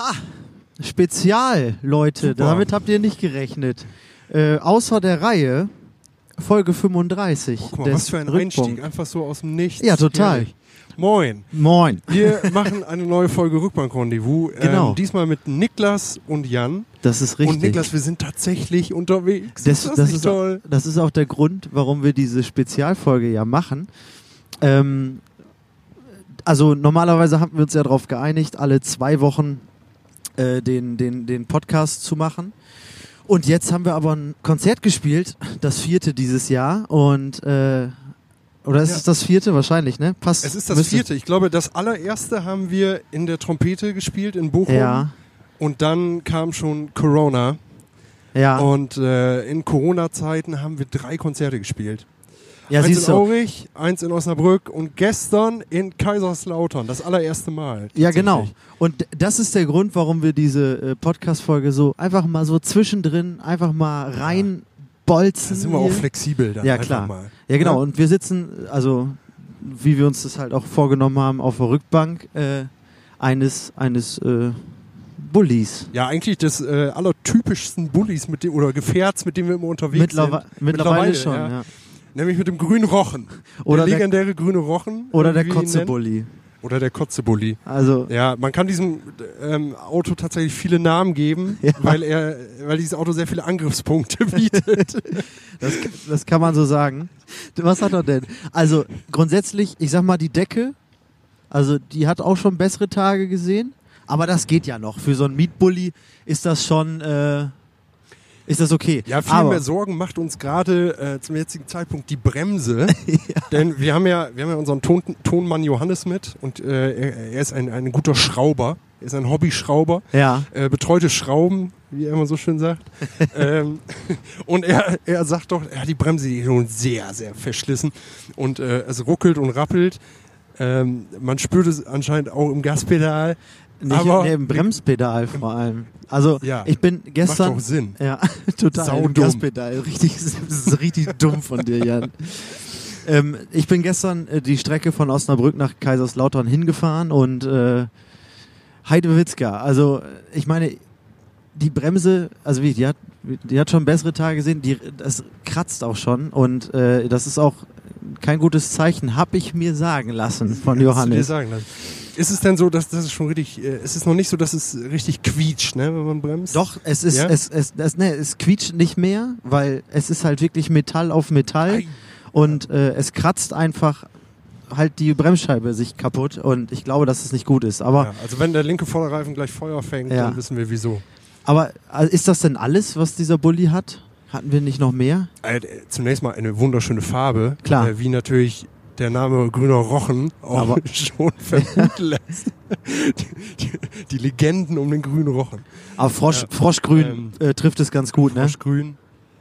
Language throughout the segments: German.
Spezial, Leute, Super. damit habt ihr nicht gerechnet. Außer der Reihe, Folge 35. Guck mal, des was für ein Rückpunkt. Einstieg, einfach so aus dem Nichts. Ja, total. Herrlich. Moin. Moin. Wir machen eine neue Folge Rückbank-Rendezvous. Genau. Diesmal mit Niklas und Jan. Das ist richtig. Und Niklas, wir sind tatsächlich unterwegs. Das ist nicht toll? Das ist auch der Grund, warum wir diese Spezialfolge ja machen. Also normalerweise haben wir uns ja darauf geeinigt, alle 2 Wochen den Podcast zu machen. Und jetzt haben wir aber ein Konzert gespielt, das 4. dieses Jahr. Und oder ist es das 4.? Wahrscheinlich, ne? Passt. Es ist das 4. Ich glaube, das allererste haben wir in der Trompete gespielt in Bochum. Ja. Und dann kam schon Corona. Ja. Und in Corona-Zeiten haben wir 3 Konzerte gespielt. Ja, eins siehst in du. Aurich, 1 in Osnabrück und gestern in Kaiserslautern. Das allererste Mal. Ja, genau. Und das ist der Grund, warum wir diese Podcast-Folge so einfach mal so zwischendrin einfach mal reinbolzen. Da sind wir auch flexibel dann. Ja, einfach klar. Mal. Ja, genau. Und wir sitzen, also wie wir uns das halt auch vorgenommen haben, auf der Rückbank eines Bullis. Ja, eigentlich des allertypischsten Bullis mit dem, oder Gefährts, mit dem wir immer unterwegs sind. Mittlerweile schon, ja. ja. Nämlich mit dem grünen Rochen. Oder der legendäre grüne Rochen. Oder der wie wir ihn nennen. Kotzebully. Oder der Kotzebully. Also, Ja, man kann diesem Auto tatsächlich viele Namen geben, Ja. weil dieses Auto sehr viele Angriffspunkte bietet. das kann man so sagen. Was hat er denn? Also grundsätzlich, ich sag mal, die Decke, also die hat auch schon bessere Tage gesehen, aber das geht ja noch. Für so einen Mietbully ist das schon, ist das okay. Ja, viel aber, mehr Sorgen macht uns gerade zum jetzigen Zeitpunkt die Bremse. Denn wir haben ja unseren Tonmann Johannes mit und er ist ein guter Schrauber. Er ist ein Hobbyschrauber. Ja. Betreute Schrauben, wie er immer so schön sagt. Und er sagt doch, die Bremse die ist schon sehr, sehr verschlissen. Und es ruckelt und rappelt. Man spürt es anscheinend auch im Gaspedal. Im Bremspedal vor allem. Also Ja, ich bin gestern... Macht auch Sinn. Ja, total. Saudumm. Im Gaspedal. Richtig, das ist richtig dumm von dir, Jan. Ich bin gestern die Strecke von Osnabrück nach Kaiserslautern hingefahren und Heidewitzka. Also ich meine, die Bremse, also die hat schon bessere Tage gesehen, das kratzt auch schon und das ist auch kein gutes Zeichen, habe ich mir sagen lassen von Johannes. Dir sagen lassen. Ist es denn so, dass das ist schon richtig, es ist noch nicht so, dass es richtig quietscht, ne, wenn man bremst? Doch, es ist, Ja? es quietscht nicht mehr, weil es ist halt wirklich Metall auf Metall und es kratzt einfach halt die Bremsscheibe sich kaputt und ich glaube, dass es nicht gut ist. Aber, Ja, also wenn der linke Vorderreifen gleich Feuer fängt, Ja. dann wissen wir wieso. aber ist das denn alles, was dieser Bulli hat? Hatten wir nicht noch mehr? Zunächst mal eine wunderschöne Farbe, Klar. wie natürlich der Name Grüner Rochen auch Aber- schon vermuten lässt. Die Legenden um den grünen Rochen. Aber Froschgrün trifft es ganz gut, ne? Froschgrün.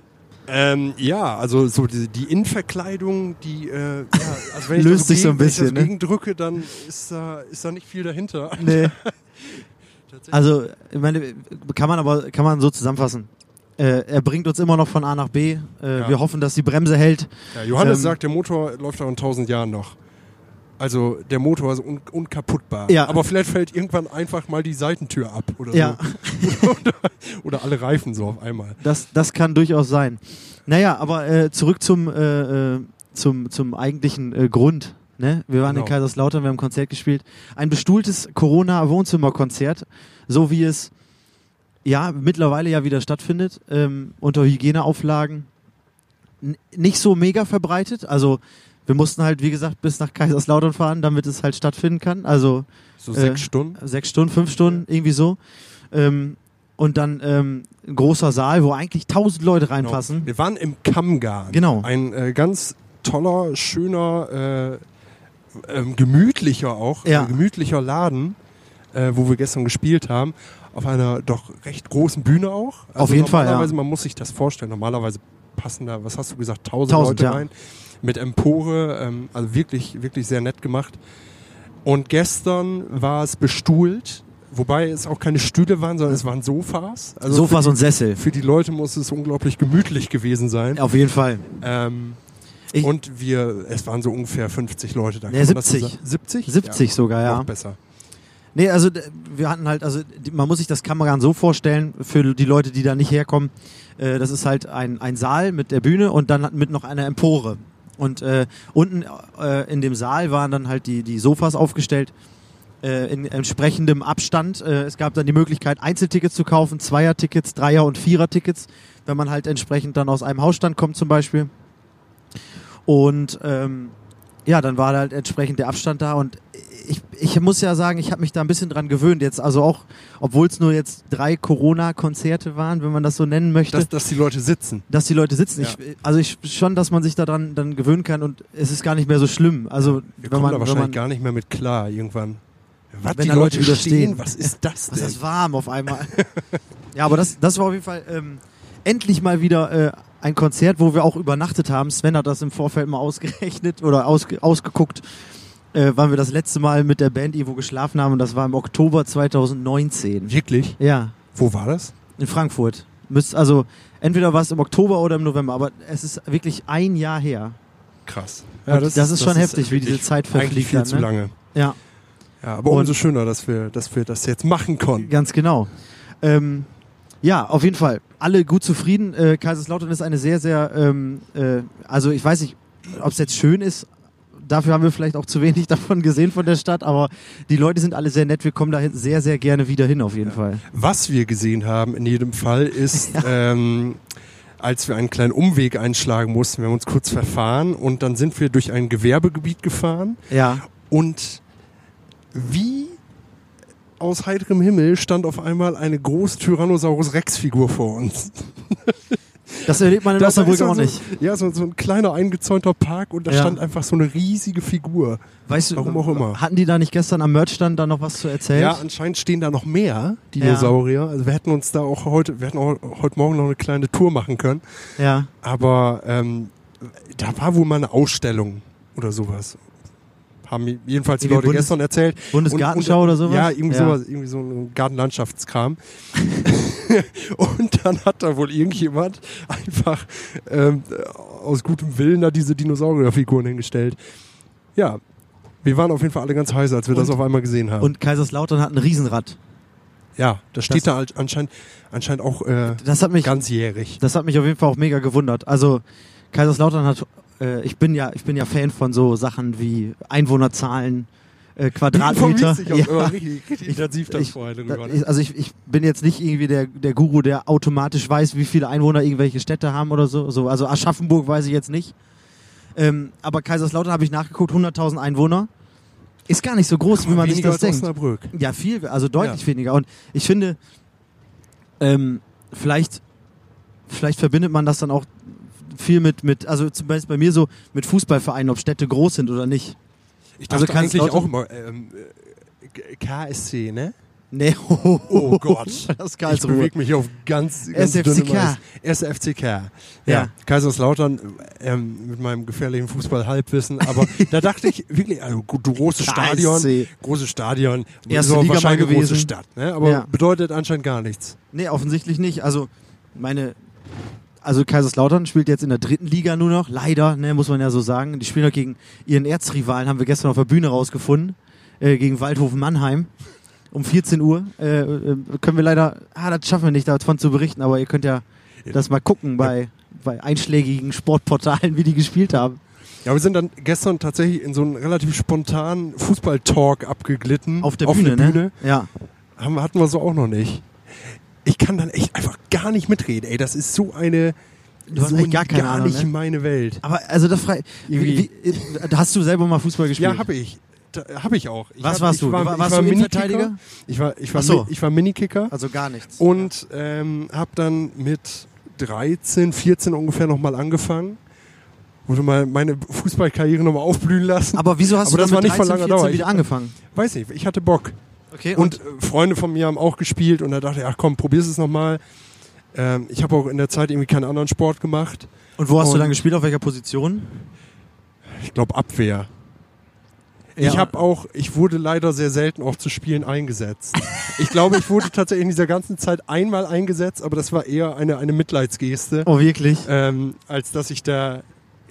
Ja, also so die Innenverkleidung, die also wenn ich Löst da sich so ein bisschen, wenn ich das ne? gegendrücke, dann ist da nicht viel dahinter. Nee. Also, ich meine, kann man so zusammenfassen. Er bringt uns immer noch von A nach B. Ja. Wir hoffen, dass die Bremse hält. Ja, Johannes Ähm, sagt, der Motor läuft auch in 1000 Jahren noch. Also der Motor ist unkaputtbar. Ja. Aber vielleicht fällt irgendwann einfach mal die Seitentür ab oder Ja. so. oder alle Reifen so auf einmal. Das kann durchaus sein. Naja, aber zurück zum eigentlichen Grund. Ne? Wir waren Genau. in Kaiserslautern, wir haben ein Konzert gespielt. Ein bestuhltes Corona-Wohnzimmerkonzert, so wie es ja mittlerweile ja wieder stattfindet, unter Hygieneauflagen. Nicht so mega verbreitet. Also wir mussten halt, wie gesagt, bis nach Kaiserslautern fahren, damit es halt stattfinden kann. Also So 6 Stunden. 6 Stunden, 5 Stunden, irgendwie so. Und dann ein großer Saal, wo eigentlich 1000 Leute reinpassen. Genau. Wir waren im Kammgarn. Genau. Ein ganz toller, schöner, gemütlicher auch, Ja. gemütlicher Laden, wo wir gestern gespielt haben. Auf einer doch recht großen Bühne auch. Also Auf jeden Fall, ja. Normalerweise, man muss sich das vorstellen, normalerweise passen da, was hast du gesagt, 1000 Leute ja. rein. Mit Empore, also wirklich, wirklich sehr nett gemacht. Und gestern war es bestuhlt, wobei es auch keine Stühle waren, sondern es waren Sofas. Also Sofas und Sessel. für die Leute muss es unglaublich gemütlich gewesen sein. Auf jeden Fall. Und es waren so ungefähr 50 Leute da. Nee, Kann man das so 70. sagen? 70? 70 sogar, ja. Noch besser. Nee, also wir hatten halt, also man muss sich das Kameraden so vorstellen, für die Leute, die da nicht herkommen, das ist halt ein Saal mit der Bühne und dann mit noch einer Empore. Und unten in dem Saal waren dann halt die Sofas aufgestellt, in entsprechendem Abstand. Es gab dann die Möglichkeit, Einzeltickets zu kaufen, Zweier-Tickets, Dreier- und Vierer-Tickets, wenn man halt entsprechend dann aus einem Hausstand kommt zum Beispiel. Und ja, dann war halt entsprechend der Abstand da und ich muss ja sagen, ich habe mich da ein bisschen dran gewöhnt jetzt, also auch, obwohl es nur jetzt 3 Corona-Konzerte waren, wenn man das so nennen möchte. Dass die Leute sitzen. Dass die Leute sitzen. Ja. Schon, dass man sich daran dann gewöhnen kann und es ist gar nicht mehr so schlimm. Also, Wir kommen da wahrscheinlich gar nicht mehr mit klar irgendwann. Was, wenn die da Leute wieder stehen. Was ist das denn? Das ist warm auf einmal. Ja, aber das war auf jeden Fall endlich mal wieder ein Konzert, wo wir auch übernachtet haben. Sven hat das im Vorfeld mal ausgerechnet oder ausgeguckt, wann wir das letzte Mal mit der Band irgendwo geschlafen haben und das war im Oktober 2019. Wirklich? Ja. Wo war das? In Frankfurt. Also entweder war es im Oktober oder im November, aber es ist wirklich ein Jahr her. Krass. Ja, das ist schon heftig, wie diese Zeit verfliegt. Eigentlich viel zu lange. Ja. Ja, aber umso schöner, dass wir das jetzt machen konnten. Ganz genau. Ja, auf jeden Fall. Alle gut zufrieden. Kaiserslautern ist eine sehr, sehr, also ich weiß nicht, ob es jetzt schön ist. Dafür haben wir vielleicht auch zu wenig davon gesehen von der Stadt, aber die Leute sind alle sehr nett. Wir kommen da sehr, sehr gerne wieder hin auf jeden Fall. Was wir gesehen haben in jedem Fall ist, als wir einen kleinen Umweg einschlagen mussten, wir haben uns kurz verfahren und dann sind wir durch ein Gewerbegebiet gefahren. Ja. Und wie aus heiterem Himmel stand auf einmal eine große Tyrannosaurus Rex Figur vor uns. Das erlebt man in Osnabrück auch nicht. Ja, so ein kleiner eingezäunter Park und da stand einfach so eine riesige Figur. Weißt du, warum auch immer. Hatten die da nicht gestern am Merchstand da noch was zu erzählen? Ja, anscheinend stehen da noch mehr Dinosaurier. Also wir hätten auch heute Morgen noch eine kleine Tour machen können. Ja. Aber da war wohl mal eine Ausstellung oder sowas. Haben jedenfalls die Leute gestern erzählt. Bundesgartenschau oder sowas? Ja, irgendwie so ein Gartenlandschaftskram. Und dann hat da wohl irgendjemand einfach aus gutem Willen da diese Dinosaurierfiguren hingestellt. Ja, wir waren auf jeden Fall alle ganz heiß, als wir das auf einmal gesehen haben. Und Kaiserslautern hat ein Riesenrad. Ja, das steht da anscheinend auch ganzjährig. Das hat mich auf jeden Fall auch mega gewundert. Also Kaiserslautern hat ich bin ja Fan von so Sachen wie Einwohnerzahlen, Quadratmeter. Du informierst dich auch immer richtig intensiv vorher drüber. Also ich bin jetzt nicht irgendwie der Guru, der automatisch weiß, wie viele Einwohner irgendwelche Städte haben oder so. Also Aschaffenburg weiß ich jetzt nicht. Aber Kaiserslautern habe ich nachgeguckt, 100.000 Einwohner. Ist gar nicht so groß, wie man sich das denkt. Osnabrück. Ja, viel, also deutlich weniger. Und ich finde, vielleicht verbindet man das dann auch viel mit, also zum Beispiel bei mir so, mit Fußballvereinen, ob Städte groß sind oder nicht. Ich dachte eigentlich auch immer, KSC, ne? Nee, oh Gott. Das ist ich bewege mich auf ganz SFCK. SFCK. Ja. Kaiserslautern mit meinem gefährlichen Fußball-Halbwissen. Aber da dachte ich wirklich, also großes Stadion. Erste Liga wahrscheinlich mal gewesen. Große Stadt. Ne? Aber bedeutet anscheinend gar nichts. Nee, offensichtlich nicht. Also Kaiserslautern spielt jetzt in der 3. Liga nur noch. Leider, ne, muss man ja so sagen. Die spielen noch gegen ihren Erzrivalen, haben wir gestern auf der Bühne rausgefunden. Gegen Waldhofen Mannheim. Um 14 Uhr können wir leider, das schaffen wir nicht, davon zu berichten, aber ihr könnt ja das mal gucken bei einschlägigen Sportportalen, wie die gespielt haben. Ja, wir sind dann gestern tatsächlich in so einen relativ spontanen Fußball-Talk abgeglitten. Auf der Bühne, ne? Ja. Hatten wir so auch noch nicht. Ich kann dann echt einfach gar nicht mitreden, ey. Das ist so eine... Du hast echt gar keine Ahnung, nicht ne? meine Welt. Aber also das hast du selber mal Fußball gespielt? Ja, habe ich. Habe ich auch. Warst du? Warst du Innenverteidiger? Ich war Minikicker. Also gar nichts. Und habe dann mit 13, 14 ungefähr nochmal angefangen. Wollte mal meine Fußballkarriere nochmal aufblühen lassen. Aber wieso hast du das dann war mit nicht von 13, langer 14 Dauer. wieder angefangen? Weiß nicht, ich hatte Bock. Okay, und Freunde von mir haben auch gespielt und da dachte ich, ach komm, probier's es nochmal. Ich habe auch in der Zeit irgendwie keinen anderen Sport gemacht. Und wo hast du dann gespielt? Auf welcher Position? Ich glaube Abwehr. Ja. Ich wurde leider sehr selten auch zu Spielen eingesetzt. Ich glaube, ich wurde tatsächlich in dieser ganzen Zeit einmal eingesetzt, aber das war eher eine Mitleidsgeste. Oh, wirklich? Als dass ich da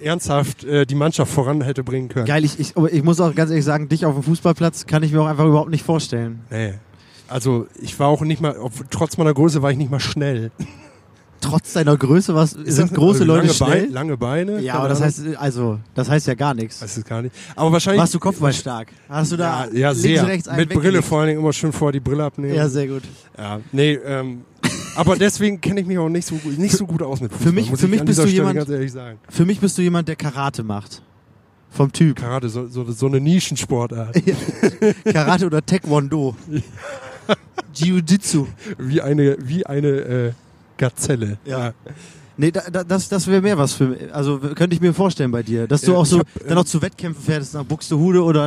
ernsthaft die Mannschaft voran hätte bringen können. Geil, aber ich muss auch ganz ehrlich sagen, dich auf dem Fußballplatz kann ich mir auch einfach überhaupt nicht vorstellen. Nee. Also ich war auch nicht mal, trotz meiner Größe war ich nicht mal schnell. Trotz deiner Größe, sind große Leute schnell? Lange Beine. Ja, aber das heißt ja gar nichts. Weiß es gar nicht. Aber wahrscheinlich. Warst du kopfballstark? Hast du da ja, links, sehr. rechts einen Mit weggelegt? Brille vor allen Dingen immer schön vor die Brille abnehmen. Ja, sehr gut. Ja, nee, aber deswegen kenne ich mich auch nicht so gut aus mit Fußball. Für mich bist du jemand, ganz ehrlich sagen. Für mich bist du jemand, der Karate macht. Vom Typ. Karate, so eine Nischensportart. Karate oder Taekwondo. Jiu-Jitsu. Wie eine Gazelle. Ja. Nee, das wäre mehr was für mich. Also könnte ich mir vorstellen bei dir, dass du auch so dann auch zu Wettkämpfen fährst nach Buxtehude oder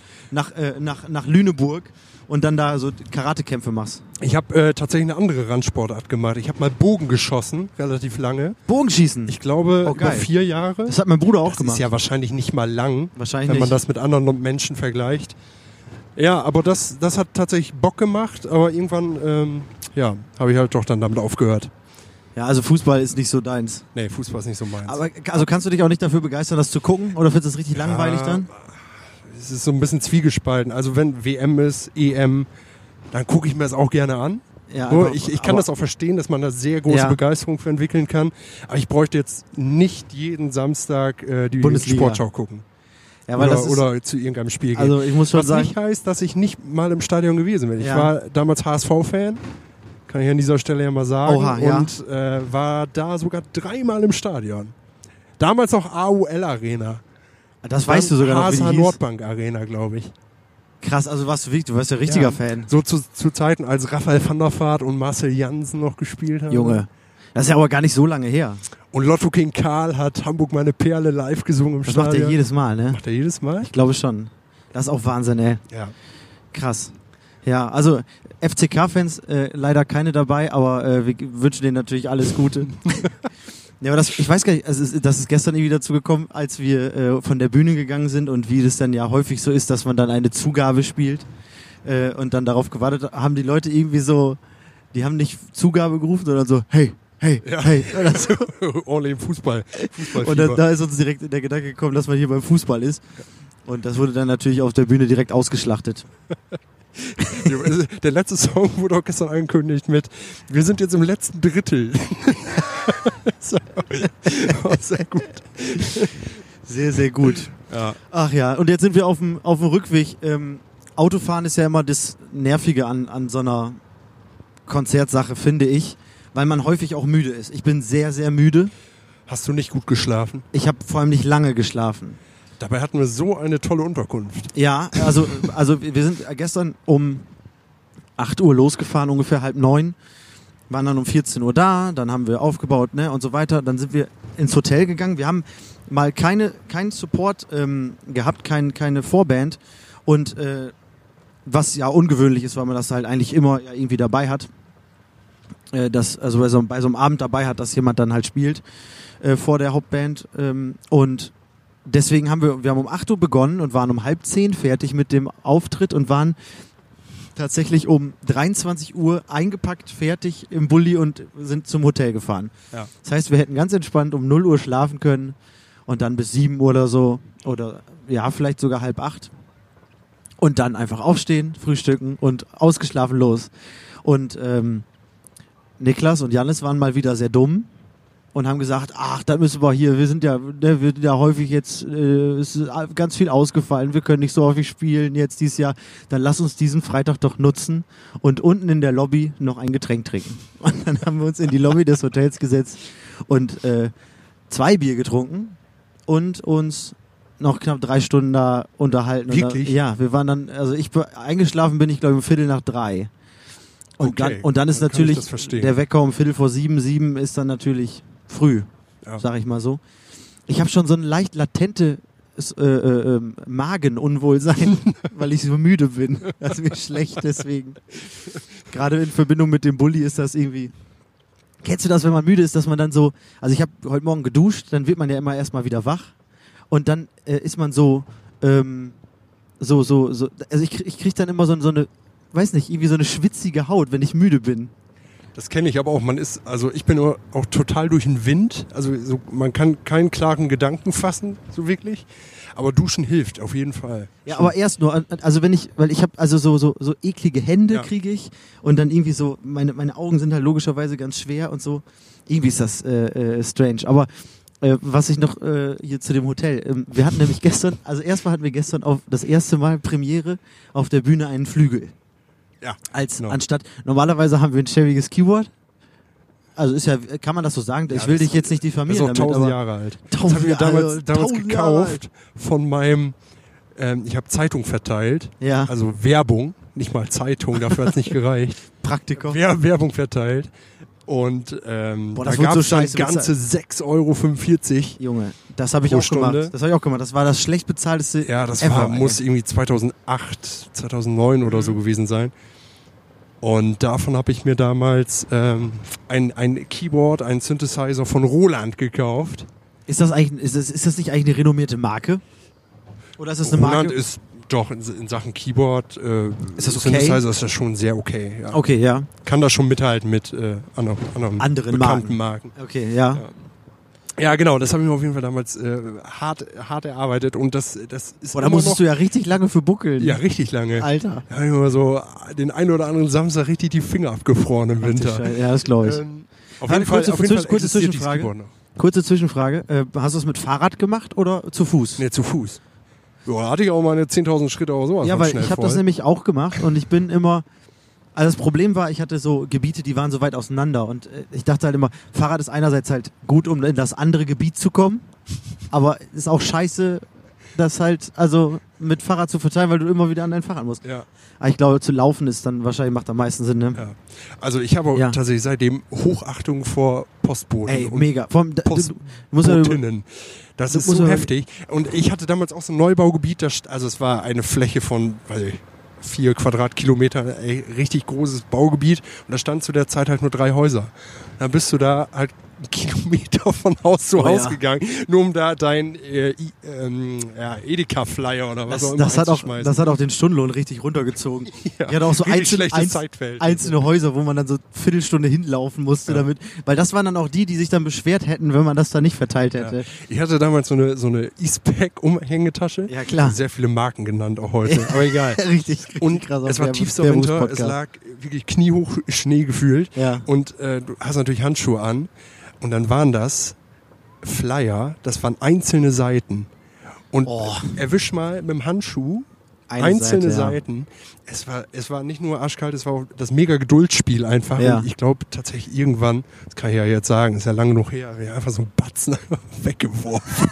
nach Lüneburg und dann da so Karatekämpfe machst. Ich habe tatsächlich eine andere Randsportart gemacht. Ich habe mal Bogen geschossen, relativ lange. Bogenschießen? Ich glaube über 4 Jahre. Das hat mein Bruder auch gemacht. Das ist ja wahrscheinlich nicht mal lang, wahrscheinlich wenn man nicht. das mit anderen Menschen vergleicht. Ja, aber das hat tatsächlich Bock gemacht, aber irgendwann habe ich halt doch dann damit aufgehört. Ja, also Fußball ist nicht so deins. Nee, Fußball ist nicht so meins. Aber also kannst du dich auch nicht dafür begeistern, das zu gucken? Oder findest du es richtig langweilig dann? Es ist so ein bisschen zwiegespalten. Also wenn WM ist, EM, dann gucke ich mir das auch gerne an. Ja, Nur ich kann das auch verstehen, dass man da sehr große Begeisterung für entwickeln kann. Aber ich bräuchte jetzt nicht jeden Samstag die Bundesliga. Sportschau gucken. Ja, weil oder zu irgendeinem Spiel gehen. Also ich muss schon Was sagen, nicht heißt, dass ich nicht mal im Stadion gewesen bin. Ich war damals HSV-Fan, kann ich an dieser Stelle ja mal sagen. Oha, ja. Und war da sogar 3-mal im Stadion. Damals auch AUL Arena. das weißt du sogar noch, wie die hieß. Nordbank Arena, glaube ich. Krass, also du warst ja richtiger Fan. So zu Zeiten, als Raphael van der Vaart und Marcel Jansen noch gespielt haben. Junge, das ist ja aber gar nicht so lange her. Und Lotto King Karl hat Hamburg meine Perle live gesungen im Stadion. Das macht er jedes Mal, ne? Macht er jedes Mal? Ich glaube schon. Das ist auch Wahnsinn, ey. Ja. Krass. Ja, also FCK-Fans leider keine dabei, aber wir wünschen denen natürlich alles Gute. Ja, aber ich weiß gar nicht, also das ist gestern irgendwie dazu gekommen, als wir von der Bühne gegangen sind und wie das dann ja häufig so ist, dass man dann eine Zugabe spielt und dann darauf gewartet haben die Leute irgendwie so, die haben nicht Zugabe gerufen, sondern so, hey, oder so. Ordentlich im Fußball. Und da ist uns direkt der Gedanke gekommen, dass man hier beim Fußball ist. Und das wurde dann natürlich auf der Bühne direkt ausgeschlachtet. Der letzte Song wurde auch gestern angekündigt mit wir sind jetzt im letzten Drittel. Sehr gut. Sehr, sehr gut. Ja. Ach ja, und jetzt sind wir auf dem Rückweg. Autofahren ist ja immer das Nervige an so einer Konzertsache, finde ich, weil man häufig auch müde ist. Ich bin sehr, sehr müde. Hast du nicht gut geschlafen? Ich habe vor allem nicht lange geschlafen. Dabei hatten wir so eine tolle Unterkunft. Ja, also wir sind gestern um 8 Uhr losgefahren, ungefähr 8:30, waren dann um 14 Uhr da, dann haben wir aufgebaut, ne, und so weiter. Dann sind wir ins Hotel gegangen. Wir haben mal keinen Support gehabt, keine Vorband. Und was ja ungewöhnlich ist, weil man das halt eigentlich immer ja irgendwie dabei hat. Also bei so einem Abend dabei hat, dass jemand dann halt spielt vor der Hauptband. Und deswegen haben wir um 8 Uhr begonnen und waren um 9:30 fertig mit dem Auftritt und waren tatsächlich um 23 Uhr eingepackt, fertig im Bulli und sind zum Hotel gefahren. Ja. Das heißt, wir hätten ganz entspannt um 0 Uhr schlafen können und dann bis 7 Uhr oder so oder ja, vielleicht sogar 7:30 und dann einfach aufstehen, frühstücken und ausgeschlafen los. Und Niklas und Jannis waren mal wieder sehr dumm und haben gesagt, ach, da müssen wir hier, wir sind ja häufig jetzt, es ist ganz viel ausgefallen, wir können nicht so häufig spielen jetzt dieses Jahr, dann lass uns diesen Freitag doch nutzen und unten in der Lobby noch ein Getränk trinken. Und dann haben wir uns in die Lobby des Hotels gesetzt und 2 Bier getrunken und uns noch knapp 3 Stunden da unterhalten. Wirklich? Ja, wir waren dann, also eingeschlafen bin ich glaube um 2:45. Und, okay. dann ist Dann kann ich natürlich das verstehen. der Wecker um 6:45, 7 ist dann natürlich früh, sag ich mal so. Ich habe schon so ein leicht latente Magenunwohlsein, weil ich so müde bin. Das ist mir schlecht deswegen. Gerade in Verbindung mit dem Bulli ist das irgendwie... Kennst du das, wenn man müde ist, dass man dann so... Also ich habe heute Morgen geduscht, dann wird man ja immer erstmal wieder wach und dann ist man so... Also ich krieg dann immer so eine... Weiß nicht, irgendwie so eine schwitzige Haut, wenn ich müde bin. Das kenne ich aber auch. Ich bin auch total durch den Wind. Also man kann keinen klaren Gedanken fassen, so wirklich. Aber Duschen hilft auf jeden Fall. Ja, aber erst nur, also weil ich habe also so eklige Hände kriege ich und dann irgendwie so, meine Augen sind halt logischerweise ganz schwer und so. Irgendwie ist das strange. Aber was ich noch hier zu dem Hotel, wir hatten nämlich gestern, also erstmal hatten wir gestern das erste Mal Premiere auf der Bühne einen Flügel. Ja. Anstatt, normalerweise haben wir ein schäbiges Keyboard. Also ist ja, kann man das so sagen? Ich will dich jetzt nicht diffamieren. Das ist auch 1000 Jahre alt. Das habe ich mir damals gekauft von meinem, ich habe Zeitung verteilt. Ja. Also Werbung, nicht mal Zeitung, dafür hat es nicht gereicht. Praktiker. Werbung verteilt. Und da gab es dann ganze 6,45 € Junge, das habe ich auch gemacht. Das habe ich auch gemacht. Das war das schlecht bezahlteste. Ja, das muss irgendwie 2008, 2009 oder so gewesen sein. Und davon habe ich mir damals ein Keyboard, einen Synthesizer von Roland gekauft. Ist das nicht eigentlich eine renommierte Marke? Oder ist das eine Marke? Roland ist doch in Sachen Keyboard, ist das okay? Synthesizer ist das schon sehr okay. Ja. Okay, ja. Kann das schon mithalten mit anderen bekannten Marken. Okay, ja. Ja, genau, das habe ich mir auf jeden Fall damals hart erarbeitet und das ist da musstest du ja richtig lange für buckeln. Ja, richtig lange. Alter. Da habe ich immer so den einen oder anderen Samstag richtig die Finger abgefroren im Winter. Ja, das glaube ich. Auf jeden Fall kurze Zwischenfrage. Kurze Zwischenfrage. Hast du es mit Fahrrad gemacht oder zu Fuß? Nee, zu Fuß. Ja, hatte ich auch meine 10.000 Schritte oder sowas. Ja, weil ich habe das nämlich auch gemacht und ich bin immer... Also das Problem war, ich hatte so Gebiete, die waren so weit auseinander und ich dachte halt immer, Fahrrad ist einerseits halt gut, um in das andere Gebiet zu kommen, aber ist auch scheiße, das halt also mit Fahrrad zu verteilen, weil du immer wieder an dein Fahrrad musst. Ja. Aber ich glaube, zu laufen ist dann wahrscheinlich, macht am meisten Sinn, ne? Ja. Also ich habe tatsächlich seitdem Hochachtung vor Postboten. Ey, mega. Postbotinnen. Das ist so heftig. Und ich hatte damals auch so ein Neubaugebiet, also es war eine Fläche von, 4 Quadratkilometer, richtig großes Baugebiet und da stand zu der Zeit halt nur 3 Häuser. Dann bist du da halt 1 Kilometer von Haus zu Haus gegangen, nur um da dein Edeka-Flyer oder was auch immer einzuschmeißen. Das hat auch den Stundenlohn richtig runtergezogen. Ja, die hat auch so einzelne Häuser, wo man dann so Viertelstunde hinlaufen musste damit, weil das waren dann auch die sich dann beschwert hätten, wenn man das dann nicht verteilt hätte. Ja. Ich hatte damals so eine Eastpack-Umhängetasche. Ja, klar. Sehr viele Marken genannt auch heute, aber egal. richtig und krass. Es war tiefster Winter, es lag wirklich kniehoch Schnee gefühlt und du hast natürlich Handschuhe an. Und dann waren das Flyer, das waren einzelne Seiten. Und erwisch mal mit dem Handschuh einzelne Seiten. Es war nicht nur arschkalt, es war auch das mega Geduldsspiel einfach. Ja. Und ich glaube tatsächlich irgendwann, das kann ich ja jetzt sagen, ist ja lange noch her, wir haben einfach so einen Batzen einfach weggeworfen.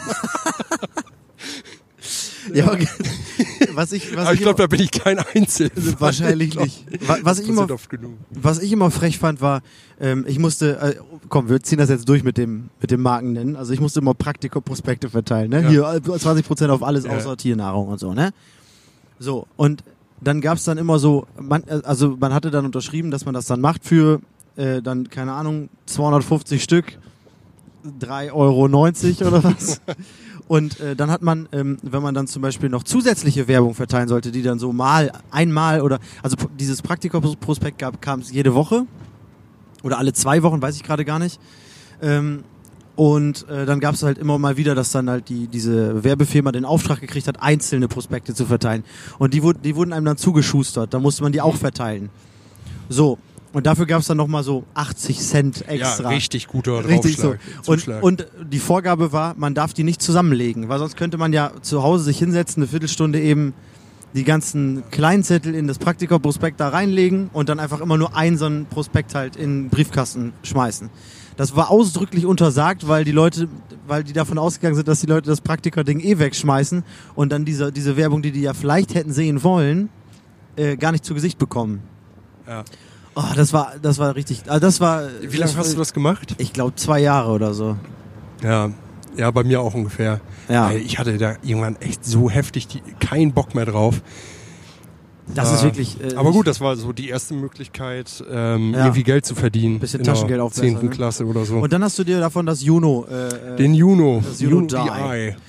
Ja, okay. Aber ich glaube, da bin ich kein Einzelner. Wahrscheinlich nicht. Was ich immer frech fand, war, ich musste, wir ziehen das jetzt durch mit dem Marken nennen. Also ich musste immer Praktika-Prospekte verteilen, ne? Ja. Hier 20% auf alles außer Tiernahrung und so, ne? So, und dann gab's dann immer so, man hatte dann unterschrieben, dass man das dann macht für dann, keine Ahnung, 250 Stück, 3,90 € oder was. Und dann hat man, wenn man dann zum Beispiel noch zusätzliche Werbung verteilen sollte, die dann so einmal oder, also dieses Praktika-Prospekt kam es jede Woche oder alle 2 Wochen, weiß ich gerade gar nicht. Und dann gab es halt immer mal wieder, dass dann halt diese Werbefirma den Auftrag gekriegt hat, einzelne Prospekte zu verteilen. Und die wurden einem dann zugeschustert, da musste man die auch verteilen. So. Und dafür gab es dann nochmal so 80 Cent extra. Ja, richtig guter Draufschlag. Und die Vorgabe war, man darf die nicht zusammenlegen, weil sonst könnte man ja zu Hause sich hinsetzen, eine Viertelstunde eben die ganzen Kleinzettel in das Praktika-Prospekt da reinlegen und dann einfach immer nur so einen Prospekt halt in den Briefkasten schmeißen. Das war ausdrücklich untersagt, weil die davon ausgegangen sind, dass die Leute das Praktika-Ding wegschmeißen und dann diese Werbung, die ja vielleicht hätten sehen wollen, gar nicht zu Gesicht bekommen. Ja. Oh, das war richtig. Wie lange hast du das gemacht? Ich glaube 2 Jahre oder so. Ja, bei mir auch ungefähr. Ja. Ich hatte da irgendwann echt so heftig keinen Bock mehr drauf. Das ist wirklich... aber gut, das war so die erste Möglichkeit, irgendwie Geld zu verdienen. Ein bisschen Taschengeld aufbessern. 10. Klasse oder so. Und dann hast du dir davon das Juno... den Juno. Das Juno DI.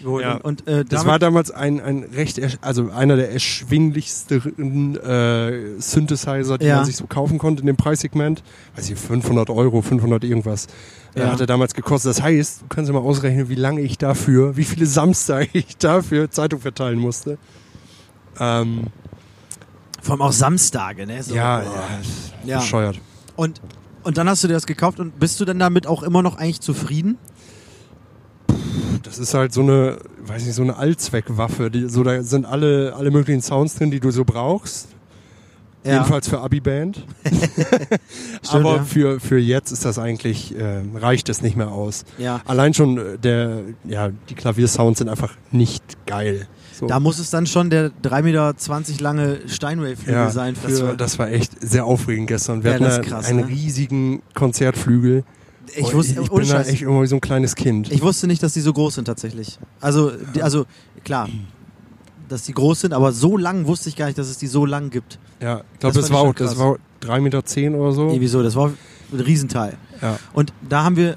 geholt. Ja. Und das war damals ein also einer der erschwinglichsten Synthesizer, die man sich so kaufen konnte in dem Preissegment. Weiß ich, 500 €, 500 irgendwas. Hat er damals gekostet. Das heißt, du kannst dir mal ausrechnen, wie viele Samstage ich dafür Zeitung verteilen musste. Vor allem auch Samstage, ne? So, bescheuert. Und dann hast du dir das gekauft und bist du denn damit auch immer noch eigentlich zufrieden? Das ist halt so eine Allzweckwaffe. Da sind alle möglichen Sounds drin, die du so brauchst. Ja. Jedenfalls für Abi-Band. Stimmt, aber für jetzt ist das eigentlich, reicht es nicht mehr aus. Ja. Allein schon die Klaviersounds sind einfach nicht geil. So. Da muss es dann schon der 3,20 Meter lange Steinway-Flügel sein. Das war echt sehr aufregend gestern. Wir hatten einen riesigen Konzertflügel. Ich bin da echt immer wie so ein kleines Kind. Ich wusste nicht, dass die so groß sind tatsächlich. Also klar, dass die groß sind, aber so lang wusste ich gar nicht, dass es die so lang gibt. Ja, ich glaube, das war 3,10 Meter oder so. Irgendwie so, das war ein Riesenteil. Ja. Und da haben wir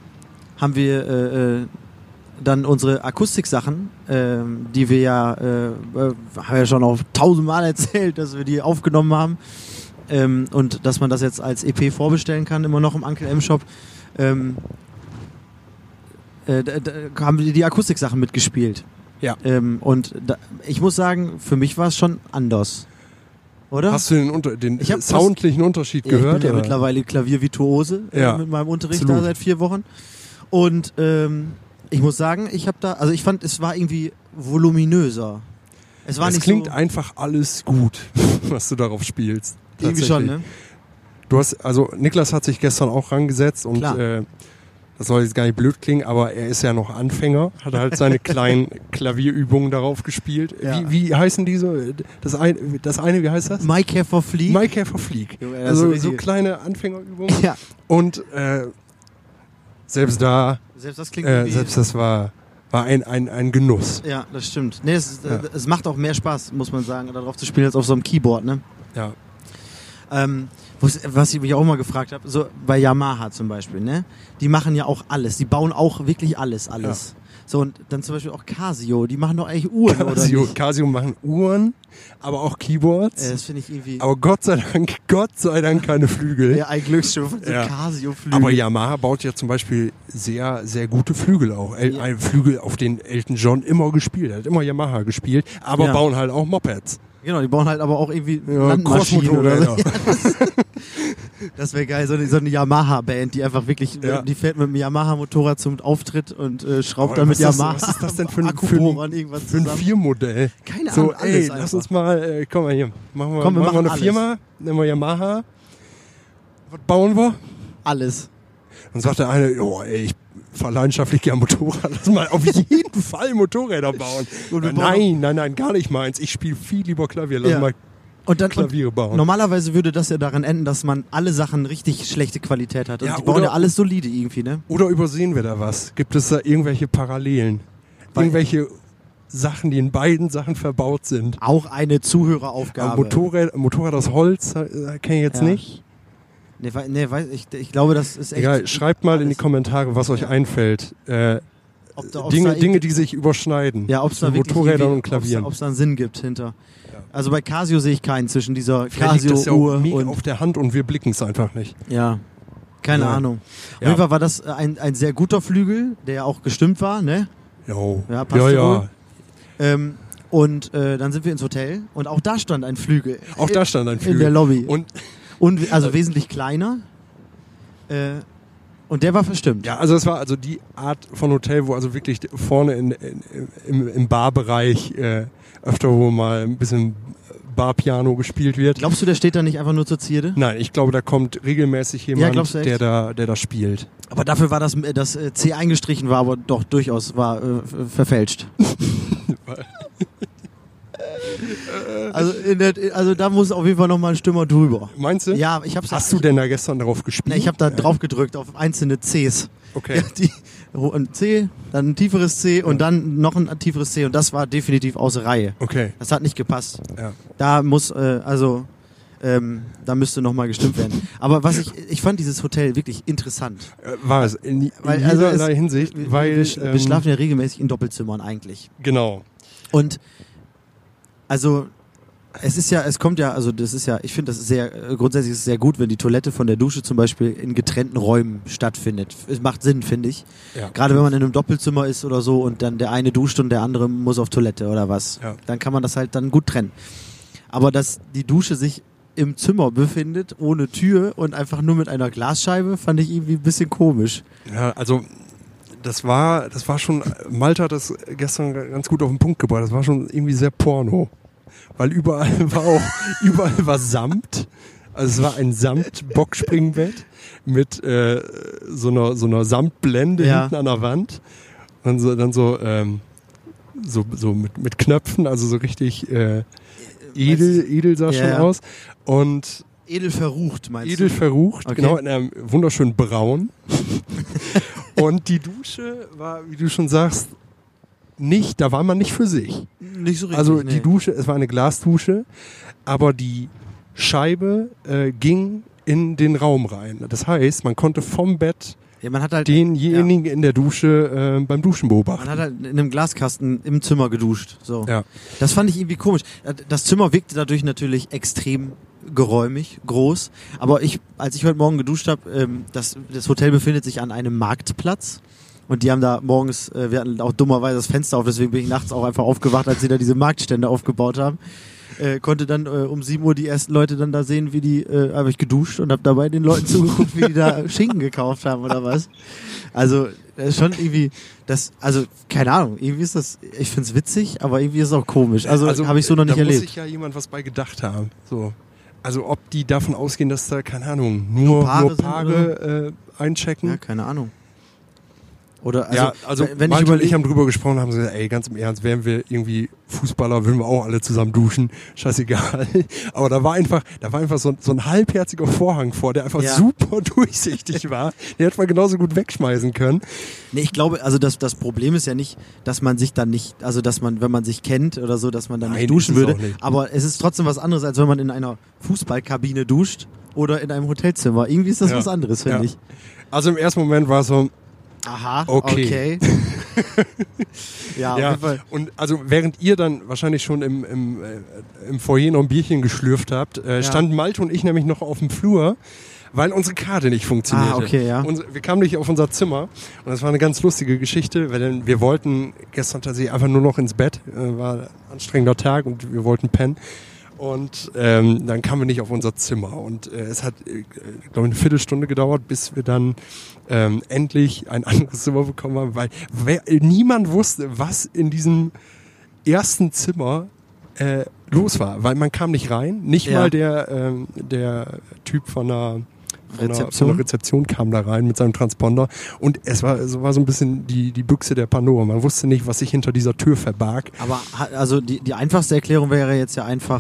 dann unsere Akustiksachen, die wir haben ja schon auch 1000-mal erzählt, dass wir die aufgenommen haben. Und dass man das jetzt als EP vorbestellen kann, immer noch im Uncle M Shop. Da haben wir die Akustiksachen mitgespielt. Ja. Ich muss sagen, für mich war es schon anders. Oder? Hast du den soundlichen Unterschied gehört? Ich bin ja mittlerweile Klaviervirtuose mit meinem Unterricht da seit 4 Wochen. Und ich muss sagen, ich fand, es war irgendwie voluminöser. Es klingt einfach alles gut, was du darauf spielst. Irgendwie schon, ne? Niklas hat sich gestern auch rangesetzt und das soll jetzt gar nicht blöd klingen, aber er ist ja noch Anfänger, hat halt seine kleinen Klavierübungen darauf gespielt. Ja. Wie heißen die so? Das eine, wie heißt das? My Care for Fleek. My Care for Fleek. Also so kleine Anfängerübungen. Ja. Und selbst das klingt selbst das war ein Genuss. Ja, das stimmt. Nee, es macht auch mehr Spaß, muss man sagen, darauf zu spielen, als auf so einem Keyboard, ne? Ja. Was ich mich auch mal gefragt habe, so bei Yamaha zum Beispiel, ne? Die machen ja auch alles. Die bauen auch wirklich alles. Ja. So, und dann zum Beispiel auch Casio, die machen doch eigentlich Uhren, oder nicht? Casio machen Uhren, aber auch Keyboards. Das finde ich irgendwie... Aber Gott sei Dank keine Flügel. Ja, ein Glücksschiff, so Casio-Flügel. Aber Yamaha baut ja zum Beispiel sehr, sehr gute Flügel auch. Ein Flügel, auf den Elton John immer gespielt hat. Immer Yamaha gespielt, aber bauen halt auch Mopeds. Genau, die bauen halt aber auch irgendwie Landmaschinen oder so. Das wäre geil, so eine Yamaha-Band, die einfach wirklich, die fährt mit einem Yamaha-Motorrad zum Auftritt und schraubt dann mit Yamaha. Was ist das denn für ein 4-Modell? Keine Ahnung, so, alles lass uns mal, komm mal hier, machen wir eine alles. Firma, nehmen wir Yamaha. Was bauen wir? Alles. Dann sagt der eine, ich fahre leidenschaftlich gern Motorrad, lass mal auf jeden Fall Motorräder bauen. Nein, gar nicht meins. Ich spiele viel lieber Klavier, lass mal Klaviere bauen. Normalerweise würde das ja daran enden, dass man alle Sachen richtig schlechte Qualität hat. Und die bauen ja alles solide irgendwie, ne? Oder übersehen wir da was? Gibt es da irgendwelche Parallelen? Irgendwelche Sachen, die in beiden Sachen verbaut sind? Auch eine Zuhöreraufgabe. Motorrad aus Holz kenne ich jetzt nicht. Nee, ich glaube, das ist echt... Egal, schreibt mal in die Kommentare, was euch einfällt. Dinge, die sich überschneiden. Ja, ob es da wirklich Motorrädern und Klavieren. Ob es da einen Sinn gibt hinter. Ja. Also bei Casio sehe ich keinen zwischen dieser Casio-Uhr und auf der Hand und wir blicken es einfach nicht. Ja, keine Ahnung. Auf jeden Fall war das ein sehr guter Flügel, der auch gestimmt war, ne? Ja, passt wohl. Und dann sind wir ins Hotel und auch da stand ein Flügel. In der Lobby. Und also wesentlich kleiner. Und der war verstimmt. Ja, also es war also die Art von Hotel, wo also wirklich vorne im Barbereich öfter wo mal ein bisschen Barpiano gespielt wird. Glaubst du, der steht da nicht einfach nur zur Zierde? Nein, ich glaube, da kommt regelmäßig jemand, der da spielt. Aber dafür war das C eingestrichen, war aber doch durchaus verfälscht. Also da muss auf jeden Fall nochmal ein Stimmer drüber. Meinst du? Ja, Hast du denn da gestern drauf gespielt? Ich habe da drauf gedrückt auf einzelne Cs. Okay. Ein C, dann ein tieferes C und dann noch ein tieferes C und das war definitiv außer Reihe. Okay. Das hat nicht gepasst. Ja. Da muss, Da müsste nochmal gestimmt werden. Aber ich fand dieses Hotel wirklich interessant. War es, in also jederlei Hinsicht, weil... Wir schlafen ja regelmäßig in Doppelzimmern eigentlich. Genau. Und also es kommt ja, also das ist ja, ich finde, das ist grundsätzlich ist es sehr gut, wenn die Toilette von der Dusche zum Beispiel in getrennten Räumen stattfindet. Es macht Sinn, finde ich. Ja. Gerade wenn man in einem Doppelzimmer ist oder so und dann der eine duscht und der andere muss auf Toilette oder was. Ja. Dann kann man das halt dann gut trennen. Aber dass die Dusche sich im Zimmer befindet, ohne Tür und einfach nur mit einer Glasscheibe, fand ich irgendwie ein bisschen komisch. Ja, also das war schon, Malte hat das gestern ganz gut auf den Punkt gebracht, das war schon irgendwie sehr Porno. Weil überall war Samt, also es war ein Samt-Boxspringbett mit so einer Samtblende hinten an der Wand. Und dann so mit Knöpfen, also so richtig edel sah schon aus. Und edel verrucht, meinst du? Edel verrucht, okay. Genau, in einem wunderschönen Braun. Und die Dusche war, wie du schon sagst, da war man nicht für sich. Nicht so richtig. Also die Dusche, es war eine Glasdusche, aber die Scheibe ging in den Raum rein. Das heißt, man konnte vom Bett man hat halt, denjenigen in der Dusche beim Duschen beobachten. Man hat halt in einem Glaskasten im Zimmer geduscht. So. Ja. Das fand ich irgendwie komisch. Das Zimmer wirkte dadurch natürlich extrem geräumig, groß. Aber als ich heute Morgen geduscht habe, das Hotel befindet sich an einem Marktplatz. Und die haben da morgens, wir hatten auch dummerweise das Fenster auf, deswegen bin ich nachts auch einfach aufgewacht, als sie da diese Marktstände aufgebaut haben. Konnte dann um 7 Uhr die ersten Leute dann da sehen, habe ich geduscht und habe dabei den Leuten zugeguckt, wie die da Schinken gekauft haben oder was. Also schon irgendwie, keine Ahnung, irgendwie ist das, ich find's witzig, aber irgendwie ist es auch komisch. Also habe ich so noch nicht erlebt. Da muss sich ja jemand was bei gedacht haben. So. Also ob die davon ausgehen, dass da, keine Ahnung, nur Paare einchecken. Ja, keine Ahnung. Oder wenn ich haben drüber gesprochen, haben sie gesagt, ey, ganz im Ernst, wären wir irgendwie Fußballer, würden wir auch alle zusammen duschen, scheißegal. Aber da war einfach so ein halbherziger Vorhang vor, der einfach super durchsichtig war. Den hätte man genauso gut wegschmeißen können. Nee, ich glaube, also das Problem ist ja nicht, dass man sich dann nicht, also dass man, wenn man sich kennt oder so, dass man dann nicht duschen würde. Nicht. Aber es ist trotzdem was anderes, als wenn man in einer Fußballkabine duscht oder in einem Hotelzimmer. Irgendwie ist das was anderes, finde ich. Also im ersten Moment war es so, aha, okay. Ja, auf jeden Fall. Und also während ihr dann wahrscheinlich schon im Foyer noch ein Bierchen geschlürft habt, standen Malte und ich nämlich noch auf dem Flur, weil unsere Karte nicht funktionierte. Okay, ja. Wir kamen nicht auf unser Zimmer und das war eine ganz lustige Geschichte, weil wir wollten gestern tatsächlich einfach nur noch ins Bett, war ein anstrengender Tag und wir wollten pennen. Und dann kamen wir nicht auf unser Zimmer. Und es hat, glaube ich, eine Viertelstunde gedauert, bis wir dann endlich ein anderes Zimmer bekommen haben, weil niemand wusste, was in diesem ersten Zimmer los war. Weil man kam nicht rein. Nicht mal der Typ von der Rezeption kam da rein mit seinem Transponder. Und es war so ein bisschen die Büchse der Pandora. Man wusste nicht, was sich hinter dieser Tür verbarg. Aber also die einfachste Erklärung wäre jetzt ja einfach,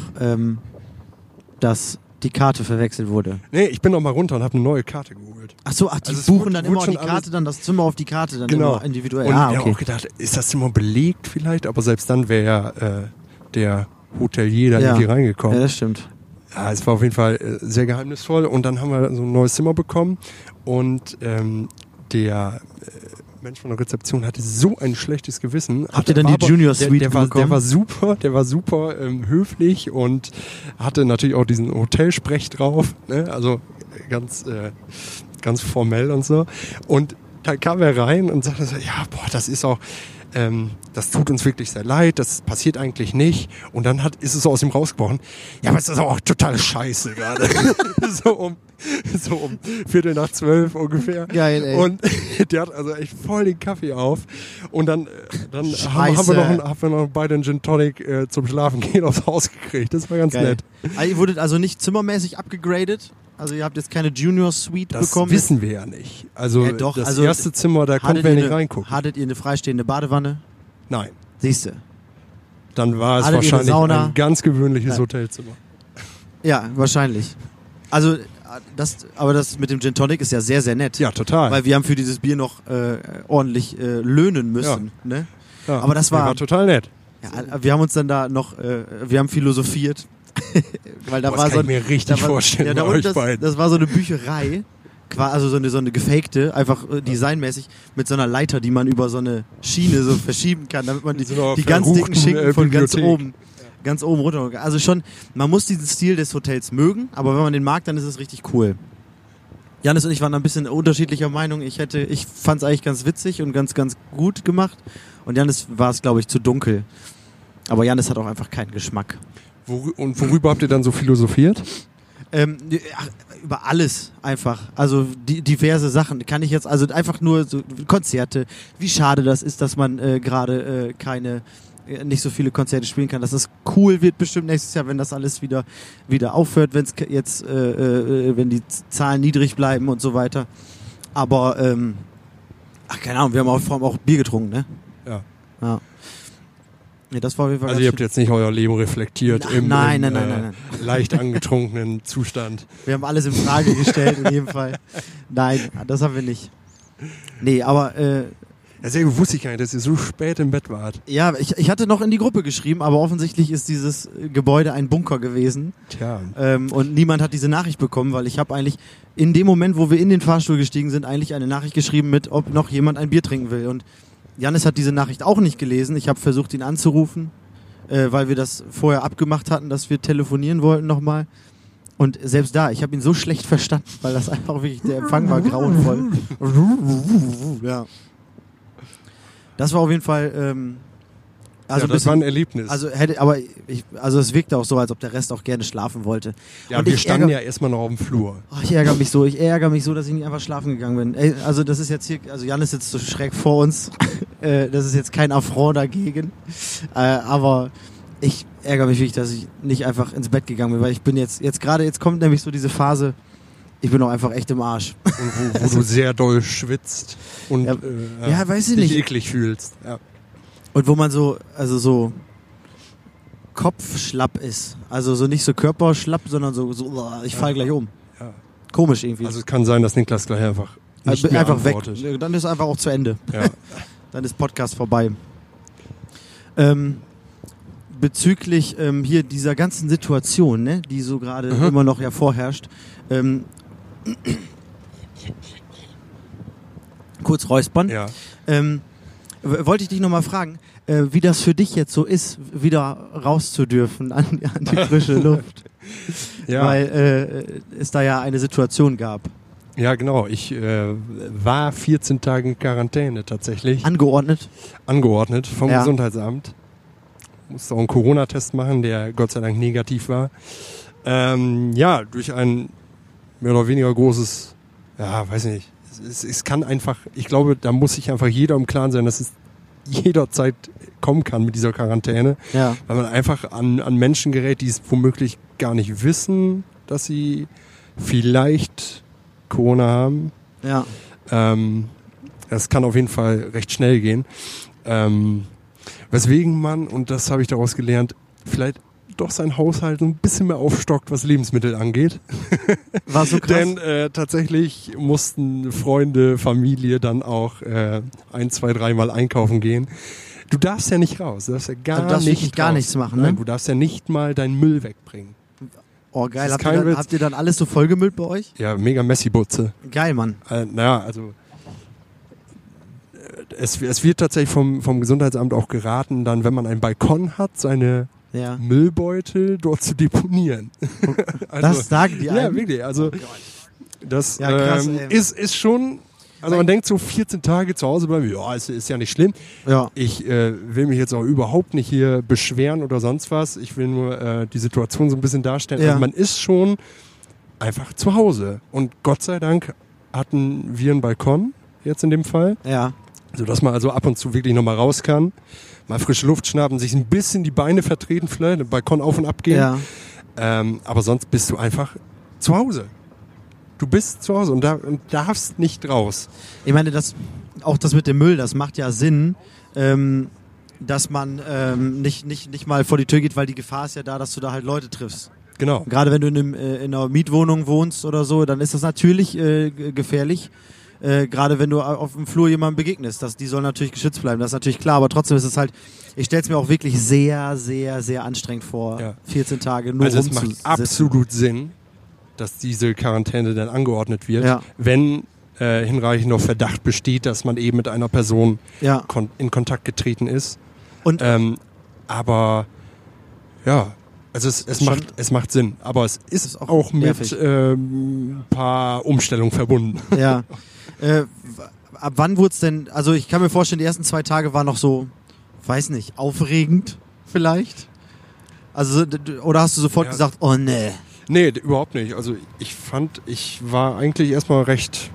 dass die Karte verwechselt wurde. Nee, ich bin noch mal runter und habe eine neue Karte geholt. Ach so, die buchen dann immer auf die Karte, dann das Zimmer auf die Karte, dann immer individuell. Und wir haben auch gedacht, ist das Zimmer belegt vielleicht? Aber selbst dann wäre ja der Hotelier da irgendwie reingekommen. Ja, das stimmt. Ja, es war auf jeden Fall sehr geheimnisvoll. Und dann haben wir so ein neues Zimmer bekommen. Und der Mensch von der Rezeption hatte so ein schlechtes Gewissen. Habt ihr dann die Junior Suite bekommen? Der war super höflich und hatte natürlich auch diesen Hotelsprech drauf. Ne? Also ganz formell und so. Und dann kam er rein und sagte so, das ist auch... das tut uns wirklich sehr leid, das passiert eigentlich nicht. Und dann ist es so aus ihm rausgebrochen, ja, aber es ist auch total scheiße gerade. so um 11:45 ungefähr. Geil, ey. Und der hat also echt voll den Kaffee auf. Und dann haben wir noch beide einen Gin Tonic zum Schlafen gehen aufs Haus gekriegt. Das war ganz nett. Ihr wurdet also nicht zimmermäßig abgegradet? Also ihr habt jetzt keine Junior Suite bekommen? Das wissen wir ja nicht. Also das erste Zimmer, da konnten wir nicht reingucken. Hattet ihr eine freistehende Badewanne? Nein. Siehste. Dann war es wahrscheinlich ein ganz gewöhnliches Hotelzimmer. Ja, wahrscheinlich. Also aber das mit dem Gin Tonic ist ja sehr, sehr nett. Ja, total. Weil wir haben für dieses Bier noch ordentlich löhnen müssen. Ja. Ne? Ja, aber das war total nett. Ja, wir haben uns dann da noch, wir haben philosophiert. Weil da Boah, war das so kann ich mir richtig vorstellen ja, da bei unten euch beiden. das war so eine Bücherei, also so eine gefakte, einfach designmäßig, mit so einer Leiter, die man über so eine Schiene so verschieben kann, damit man So einer die ganz dicken verruchten, Schinken von Bibliothek. ganz oben runter. Also schon, man muss diesen Stil des Hotels mögen, aber wenn man den mag, dann ist es richtig cool. Janis und ich waren ein bisschen unterschiedlicher Meinung. Ich fand es eigentlich ganz witzig und ganz, ganz gut gemacht. Und Janis war es, glaube ich, zu dunkel. Aber Janis hat auch einfach keinen Geschmack. Und worüber habt ihr dann so philosophiert? Über alles einfach. Also diverse Sachen. Kann ich jetzt, also einfach nur so Konzerte. Wie schade das ist, dass man gerade nicht so viele Konzerte spielen kann. Dass das cool wird bestimmt nächstes Jahr, wenn das alles wieder aufhört, wenn es jetzt, wenn die Zahlen niedrig bleiben und so weiter. Aber, keine Ahnung, wir haben vor allem auch Bier getrunken, ne? Ja. Nee, das war auf jeden Fall Also ihr habt jetzt nicht euer Leben reflektiert Nein. leicht angetrunkenen Zustand. Wir haben alles in Frage gestellt, in jedem Fall. Nein, das haben wir nicht. Nee, aber Sehr wusste ich gar nicht, dass ihr so spät im Bett wart. ja, ich hatte noch in die Gruppe geschrieben, aber offensichtlich ist dieses Gebäude ein Bunker gewesen. Tja. Und niemand hat diese Nachricht bekommen, weil ich habe eigentlich in dem Moment, wo wir in den Fahrstuhl gestiegen sind, eigentlich eine Nachricht geschrieben mit, ob noch jemand ein Bier trinken will. Und Janis hat diese Nachricht auch nicht gelesen. Ich habe versucht, ihn anzurufen, weil wir das vorher abgemacht hatten, dass wir telefonieren wollten nochmal. Und selbst da, ich habe ihn so schlecht verstanden, weil das einfach wirklich, der Empfang war grauenvoll. Ja. Das war auf jeden Fall, also das war ein Erlebnis. also es wirkte auch so, als ob der Rest auch gerne schlafen wollte. ja, und wir ich standen ja erstmal noch auf dem Flur. Ich ärgere mich so, dass ich nicht einfach schlafen gegangen bin. Ey, also das ist jetzt hier, also Janis sitzt so schräg vor uns. Das ist jetzt kein Affront dagegen. Aber ich ärgere mich wirklich, dass ich nicht einfach ins Bett gegangen bin, weil ich bin jetzt kommt nämlich so diese Phase, ich bin auch einfach echt im Arsch. Und wo du sehr doll schwitzt und ja, weiß ich dich nicht. eklig fühlst. Ja. Und wo man so kopfschlapp ist. Also so nicht so körperschlapp, sondern so ich falle gleich um. Ja. Komisch irgendwie. Also es kann sein, dass Niklas gleich einfach nicht mehr einfach weg. antwortet. Dann ist einfach auch zu Ende. Ja. Dann ist Podcast vorbei. Bezüglich hier dieser ganzen Situation, ne, die so gerade immer noch vorherrscht. Kurz räuspern. Ja. Wollte ich dich nochmal fragen, wie das für dich jetzt so ist, wieder raus zu dürfen an die frische Luft. Ja. Weil es da ja eine Situation gab. Ja, genau. Ich war 14 Tage in Quarantäne tatsächlich. Angeordnet Vom Gesundheitsamt. Musste auch einen Corona-Test machen, der Gott sei Dank negativ war. Durch ein mehr oder weniger großes, weiß nicht. Es kann einfach, ich glaube, da muss sich einfach jeder im Klaren sein, dass es jederzeit kommen kann mit dieser Quarantäne. Ja. Weil man einfach an Menschen gerät, die es womöglich gar nicht wissen, dass sie vielleicht Corona haben. Ja. Das kann auf jeden Fall recht schnell gehen. Weswegen man, und das habe ich daraus gelernt, vielleicht doch sein Haushalt ein bisschen mehr aufstockt, was Lebensmittel angeht. War so krass. Denn tatsächlich mussten Freunde, Familie dann auch 1, 2, 3 Mal einkaufen gehen. Du darfst ja nicht raus, du darfst ja gar nichts machen, ne? Nein, du darfst ja nicht mal deinen Müll wegbringen. Oh geil, Das ist habt ihr dann alles so vollgemüllt bei euch? Ja, mega Messi-Butze. Geil, Mann. Es wird tatsächlich vom Gesundheitsamt auch geraten, dann, wenn man einen Balkon hat, seine Müllbeutel dort zu deponieren. Also, das sagen die Ja, einem? wirklich. Also das krass, ist schon. Also man denkt so 14 Tage zu Hause bleiben, ist ja nicht schlimm. Ja. Ich will mich jetzt auch überhaupt nicht hier beschweren oder sonst was. Ich will nur die Situation so ein bisschen darstellen. Ja. Also man ist schon einfach zu Hause. Und Gott sei Dank hatten wir einen Balkon jetzt in dem Fall. Ja. Sodass man also ab und zu wirklich nochmal raus kann. Mal frische Luft schnappen, sich ein bisschen die Beine vertreten, vielleicht, den Balkon auf und ab gehen. Ja. Aber sonst bist du einfach zu Hause. Du bist zu Hause und darfst nicht raus. Ich meine, das mit dem Müll, das macht ja Sinn, dass man nicht mal vor die Tür geht, weil die Gefahr ist ja da, dass du da halt Leute triffst. Genau. Gerade wenn du in einer Mietwohnung wohnst oder so, dann ist das natürlich gefährlich. Gerade wenn du auf dem Flur jemandem begegnest. Die sollen natürlich geschützt bleiben, das ist natürlich klar. Aber trotzdem ist es halt, ich stelle es mir auch wirklich sehr, sehr, sehr anstrengend vor, 14 Tage nur also rumzusitzen. Es macht absolut Sinn, dass diese Quarantäne dann angeordnet wird, wenn hinreichender Verdacht besteht, dass man eben mit einer Person in Kontakt getreten ist. Und aber ja, also es macht Sinn, aber es ist auch mit ein paar Umstellungen verbunden. Ja. Ab wann wurde es denn, also ich kann mir vorstellen, die ersten 2 Tage waren noch so, weiß nicht, aufregend vielleicht? Also, oder hast du sofort gesagt, oh nee? Nee, überhaupt nicht. Also ich war eigentlich erstmal recht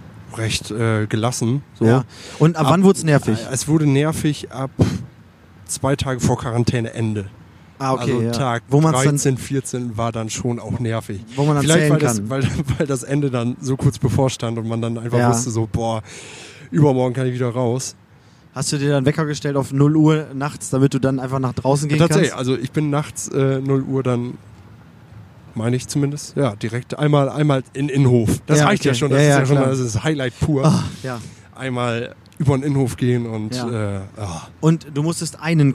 gelassen. So. Ja. Und ab wann wurde es nervig? Es wurde nervig ab 2 Tage vor Quarantäneende. Ah, okay, also Tag 13, 14 war dann schon auch nervig. Wo man dann vielleicht zählen kann. Weil das Ende dann so kurz bevorstand und man dann einfach wusste so, übermorgen kann ich wieder raus. Hast du dir dann Wecker gestellt auf 0 Uhr nachts, damit du dann einfach nach draußen gehen Tatsächlich, kannst? also ich bin nachts 0 Uhr dann, meine ich zumindest, direkt einmal in den Innenhof. Das reicht ja schon, das ist ja schon das ist Highlight pur. Ach, ja. Einmal über den Innenhof gehen und Und du musstest einen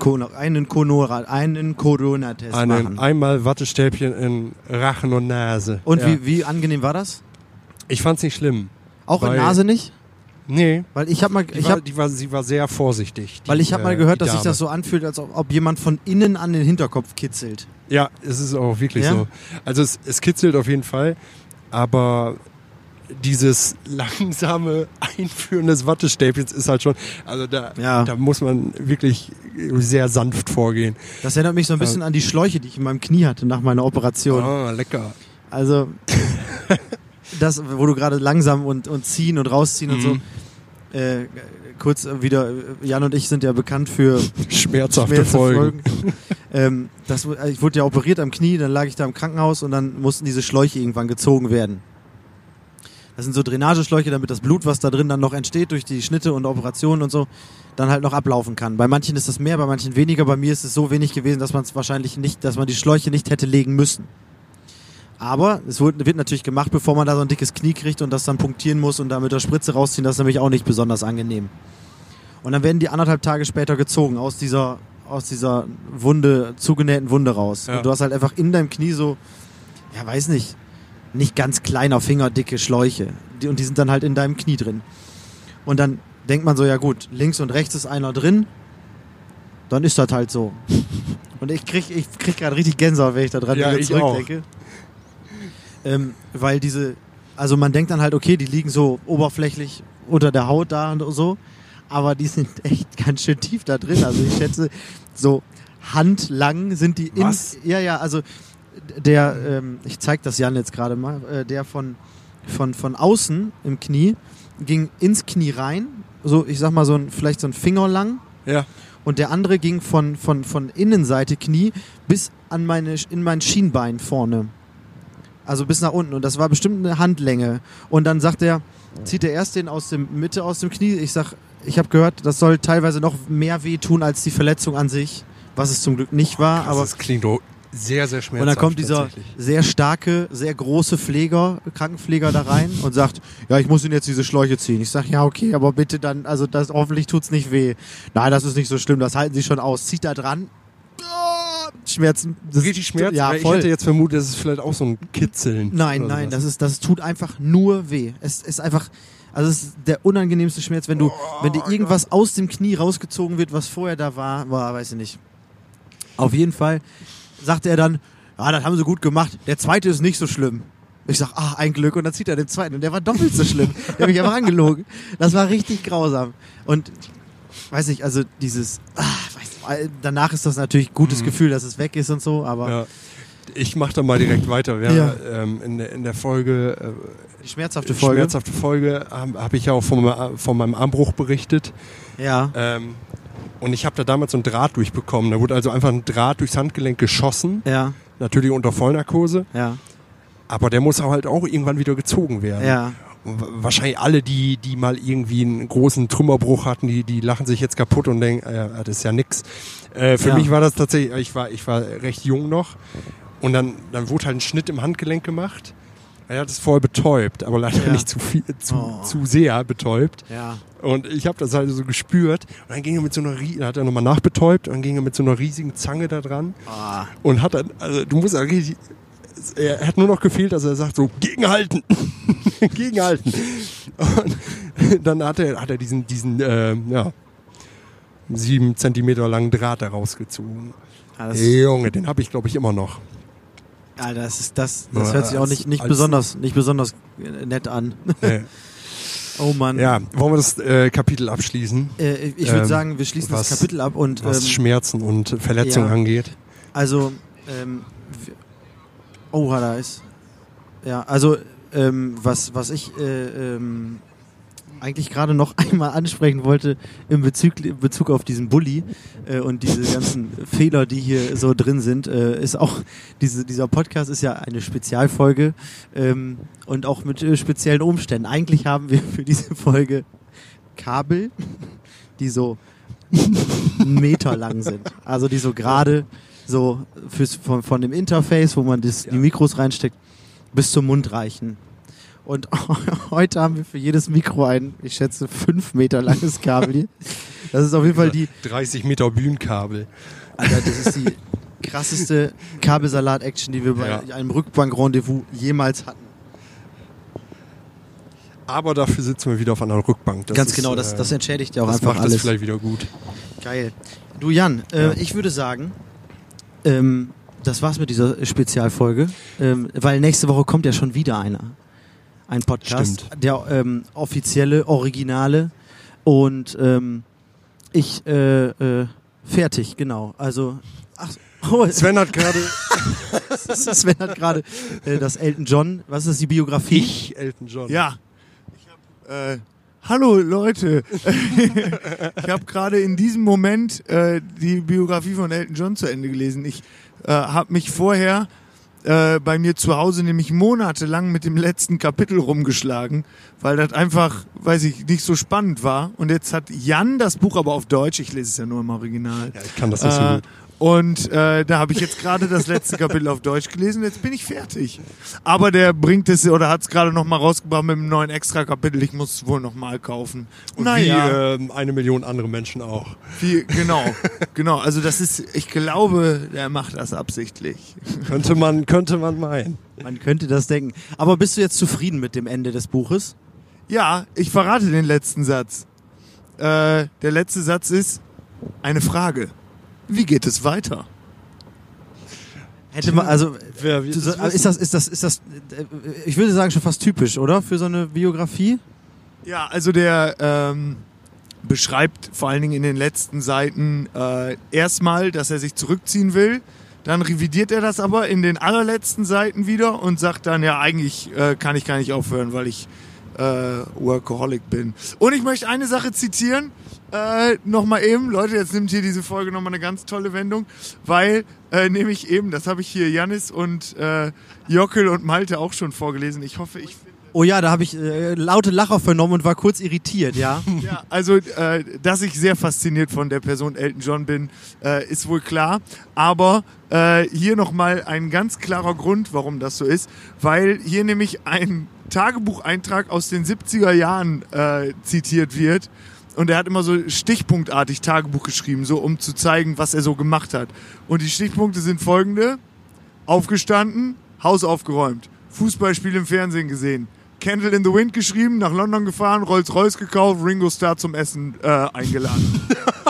Corona-Test machen. Einmal Wattestäbchen in Rachen und Nase. Und wie angenehm war das? Ich fand's nicht schlimm. Auch in Nase nicht? Nee. Weil sie war sehr vorsichtig. Weil ich habe mal gehört, dass sich das so anfühlt, als ob jemand von innen an den Hinterkopf kitzelt. Ja, es ist auch wirklich so. Also es kitzelt auf jeden Fall, aber dieses langsame Einführen des Wattestäbchens ist halt schon, also da muss man wirklich sehr sanft vorgehen. Das erinnert mich so ein bisschen an die Schläuche, die ich in meinem Knie hatte nach meiner Operation. Ah, lecker. Also das, wo du gerade langsam und ziehen und rausziehen und so. Kurz wieder, Jan und ich sind ja bekannt für schmerzhafte Folgen. Ich wurde ja operiert am Knie, dann lag ich da im Krankenhaus und dann mussten diese Schläuche irgendwann gezogen werden. Das sind so Drainageschläuche, damit das Blut, was da drin dann noch entsteht durch die Schnitte und Operationen und so, dann halt noch ablaufen kann. Bei manchen ist das mehr, bei manchen weniger. Bei mir ist es so wenig gewesen, dass man es wahrscheinlich nicht, dass man die Schläuche nicht hätte legen müssen. Aber es wird natürlich gemacht, bevor man da so ein dickes Knie kriegt und das dann punktieren muss und da mit der Spritze rausziehen. Das ist nämlich auch nicht besonders angenehm. Und dann werden die 1,5 Tage später gezogen aus dieser Wunde, zugenähten Wunde raus. Ja. Und du hast halt einfach in deinem Knie so, weiß nicht ganz kleiner Fingerdicke Schläuche. Und die sind dann halt in deinem Knie drin. Und dann denkt man so, ja gut, links und rechts ist einer drin, dann ist das halt so. Und ich krieg gerade richtig Gänsehaut, wenn ich da dran wieder zurückdenke. Weil also man denkt dann halt, okay, die liegen so oberflächlich unter der Haut da und so, aber die sind echt ganz schön tief da drin. Also ich schätze, so handlang sind die also ich zeig das Jan jetzt gerade mal, der von außen im Knie ging ins Knie rein, so ich sag mal vielleicht so ein Finger lang. Ja. Und der andere ging von Innenseite Knie bis in mein Schienbein vorne. Also bis nach unten. Und das war bestimmt eine Handlänge. Und dann zieht er erst den aus dem Mitte aus dem Knie. Ich habe gehört, das soll teilweise noch mehr wehtun als die Verletzung an sich, was es zum Glück nicht war. Krass, aber das klingt doch sehr, sehr schmerzhaft. Und dann kommt dieser sehr starke, sehr große Krankenpfleger da rein und sagt, ja, ich muss Ihnen jetzt diese Schläuche ziehen. Ich sage, ja, okay, aber bitte dann, also hoffentlich tut's nicht weh. Nein, das ist nicht so schlimm, das halten Sie schon aus. Zieht da dran. Schmerzen. Richtig Schmerz? Ja, voll. Ich hätte jetzt vermutet, das ist vielleicht auch so ein Kitzeln. Nein, das tut einfach nur weh. Es ist einfach, also es ist der unangenehmste Schmerz, wenn dir irgendwas aus dem Knie rausgezogen wird, was vorher da war, weiß ich nicht. Auf jeden Fall sagte er dann, ja, das haben sie gut gemacht. Der zweite ist nicht so schlimm. Ich sag, ein Glück. Und dann zieht er den zweiten. Und der war doppelt so schlimm. Der hat mich einfach angelogen. Das war richtig grausam. Und, weiß nicht, also danach ist das natürlich ein gutes Gefühl, dass es weg ist und so, aber... Ja. Ich mach da mal direkt weiter. In der Folge... die schmerzhafte Folge habe ich ja auch von meinem Armbruch berichtet. Ja. Und ich habe da damals so einen Draht durchbekommen. Da wurde also einfach ein Draht durchs Handgelenk geschossen. Ja. Natürlich unter Vollnarkose. Ja. Aber der muss halt auch irgendwann wieder gezogen werden. Ja. Und wahrscheinlich alle, die mal irgendwie einen großen Trümmerbruch hatten, die lachen sich jetzt kaputt und denken, das ist ja nix. Für mich war das tatsächlich, ich war recht jung noch. Und dann wurde halt ein Schnitt im Handgelenk gemacht. Er hat es vorher betäubt, aber leider nicht zu viel, zu sehr betäubt. Ja. Und ich habe das halt so gespürt. Und dann ging er mit so einer, hat er nochmal nachbetäubt und dann ging er mit so einer riesigen Zange da dran. Und hat dann, also du musst ja richtig, er hat nur noch gefehlt, dass er sagt so, gegenhalten, gegenhalten. Und dann hat er diesen 7 Zentimeter langen Draht da rausgezogen. Junge, den habe ich, glaube ich, immer noch. Ja, das hört sich auch nicht besonders nett an. Oh Mann. Ja, wollen wir das Kapitel abschließen? Ich würde sagen, wir schließen das Kapitel ab. Und was Schmerzen und Verletzungen angeht. Also, da ist. Ja, also, was ich eigentlich gerade noch einmal ansprechen wollte in Bezug auf diesen Bulli und diese ganzen Fehler, die hier so drin sind, ist auch, dieser Podcast ist ja eine Spezialfolge und auch mit speziellen Umständen. Eigentlich haben wir für diese Folge Kabel, die so 1 Meter lang sind. Also die so gerade so von dem Interface, wo man die Mikros reinsteckt, bis zum Mund reichen. Und heute haben wir für jedes Mikro ein, ich schätze, 5 Meter langes Kabel hier. Das ist auf jeden Fall die 30 Meter Bühnenkabel. Alter, das ist die krasseste Kabelsalat-Action, die wir bei einem Rückbank-Rendezvous jemals hatten. Aber dafür sitzen wir wieder auf einer Rückbank. Ganz genau, das entschädigt ja auch einfach alles. Das macht das vielleicht wieder gut. Geil. Du Jan, ich würde sagen, das war's mit dieser Spezialfolge, weil nächste Woche kommt ja schon wieder ein Podcast, Stimmt. der offizielle, originale und ich fertig, genau. Also Sven hat gerade das Elton John, was ist die Biografie? Elton John. Ja. Hallo Leute, ich habe gerade in diesem Moment die Biografie von Elton John zu Ende gelesen. Ich habe mich vorher bei mir zu Hause nämlich monatelang mit dem letzten Kapitel rumgeschlagen, weil das einfach, nicht so spannend war. Und jetzt hat Jan das Buch aber auf Deutsch, ich lese es ja nur im Original. Ja, ich kann das nicht so gut. Und da habe ich jetzt gerade das letzte Kapitel auf Deutsch gelesen, jetzt bin ich fertig. Aber der bringt es oder hat es gerade noch mal rausgebracht mit einem neuen Extra-Kapitel. Ich muss es wohl noch mal kaufen. Und wie 1 Million andere Menschen auch. Genau. Also das ist, ich glaube, der macht das absichtlich. Könnte man meinen. Man könnte das denken. Aber bist du jetzt zufrieden mit dem Ende des Buches? Ja, ich verrate den letzten Satz. Der letzte Satz ist eine Frage. Wie geht es weiter? Hätte man, also, ist das, ich würde sagen, schon fast typisch, oder? Für so eine Biografie? Ja, also der beschreibt vor allen Dingen in den letzten Seiten erstmal, dass er sich zurückziehen will. Dann revidiert er das aber in den allerletzten Seiten wieder und sagt dann, ja, eigentlich kann ich gar nicht aufhören, weil ich Workaholic bin. Und ich möchte eine Sache zitieren, nochmal eben, Leute, jetzt nimmt hier diese Folge nochmal eine ganz tolle Wendung, weil nämlich eben, das habe ich hier Jannis und Jockel und Malte auch schon vorgelesen. Ich hoffe, Oh ja, da habe ich laute Lacher vernommen und war kurz irritiert, ja. Ja, also, dass ich sehr fasziniert von der Person Elton John bin, ist wohl klar. Aber hier nochmal ein ganz klarer Grund, warum das so ist, weil hier nämlich ein Tagebucheintrag aus den 70er Jahren zitiert wird. Und er hat immer so stichpunktartig Tagebuch geschrieben, so um zu zeigen, was er so gemacht hat. Und die Stichpunkte sind folgende: Aufgestanden, Haus aufgeräumt, Fußballspiel im Fernsehen gesehen, Candle in the Wind geschrieben, nach London gefahren, Rolls-Royce gekauft, Ringo Starr zum Essen eingeladen.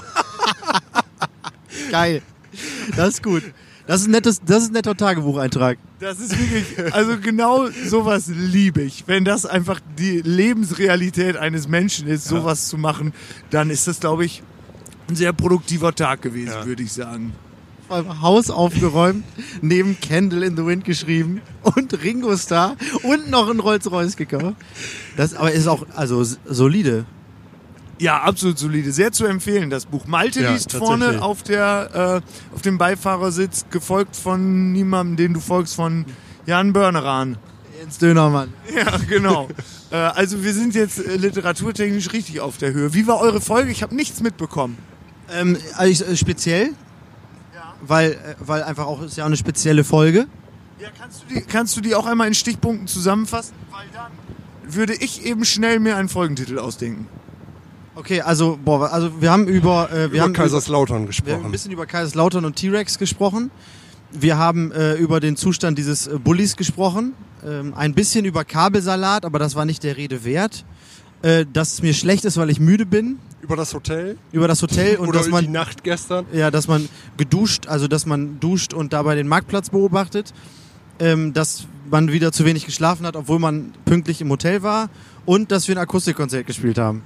Geil. Das ist gut. Das ist ein netter Tagebucheintrag. Das ist wirklich, also genau sowas liebe ich. Wenn das einfach die Lebensrealität eines Menschen ist, sowas zu machen, dann ist das, glaube ich, ein sehr produktiver Tag gewesen, würde ich sagen. Haus aufgeräumt, neben Candle in the Wind geschrieben und Ringo Starr und noch ein Rolls-Royce gekauft. Das aber ist auch also solide. Ja, absolut solide. Sehr zu empfehlen, das Buch. Malte liest vorne auf dem Beifahrersitz, gefolgt von niemandem, den du folgst, von Jan Börneran. Jens Dönermann. Ja, genau. Also wir sind jetzt literaturtechnisch richtig auf der Höhe. Wie war eure Folge? Ich habe nichts mitbekommen. Also speziell? Ja. Weil einfach auch, ist ja auch eine spezielle Folge. Ja, kannst du die auch einmal in Stichpunkten zusammenfassen? Weil dann würde ich eben schnell mir einen Folgentitel ausdenken. Okay, also wir haben über Kaiserslautern wir haben gesprochen. ein bisschen über Kaiserslautern und T-Rex gesprochen. Wir haben über den Zustand dieses Bullis gesprochen. Ein bisschen über Kabelsalat, aber das war nicht der Rede wert. Dass es mir schlecht ist, weil ich müde bin. Über das Hotel? Über das Hotel und Oder dass über die man Nacht gestern? ja, dass man dass man duscht und dabei den Marktplatz beobachtet. Dass man wieder zu wenig geschlafen hat, obwohl man pünktlich im Hotel war. Und dass wir ein Akustikkonzert gespielt haben.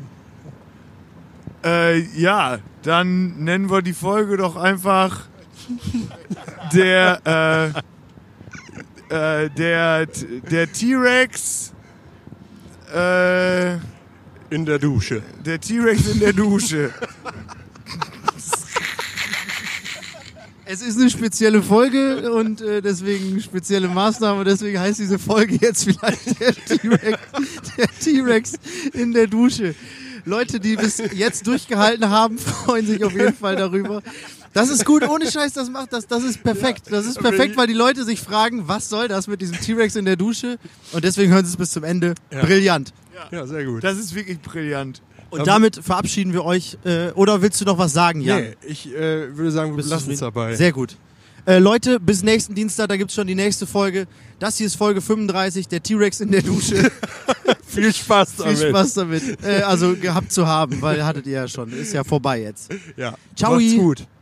Ja, dann nennen wir die Folge doch einfach der T-Rex In der Dusche. der T-Rex in der Dusche. Es ist eine spezielle Folge und deswegen spezielle Maßnahme. Deswegen heißt diese Folge jetzt vielleicht der T-Rex in der Dusche. Leute, die bis jetzt durchgehalten haben, freuen sich auf jeden Fall darüber. Das ist gut, ohne Scheiß, das ist perfekt. Das ist perfekt, weil die Leute sich fragen, was soll das mit diesem T-Rex in der Dusche? Und deswegen hören sie es bis zum Ende. Ja. Brillant. Ja, sehr gut. Das ist wirklich brillant. Und damit verabschieden wir euch. Oder willst du noch was sagen, Jan? Nee, ich würde sagen, wir belassen es dabei. Sehr gut. Leute, bis nächsten Dienstag, da gibt's schon die nächste Folge. Das hier ist Folge 35, der T-Rex in der Dusche. Viel Spaß damit. Viel Spaß damit. Also gehabt zu haben, weil hattet ihr ja schon. Ist ja vorbei jetzt. Ja. Ciao. Macht's gut.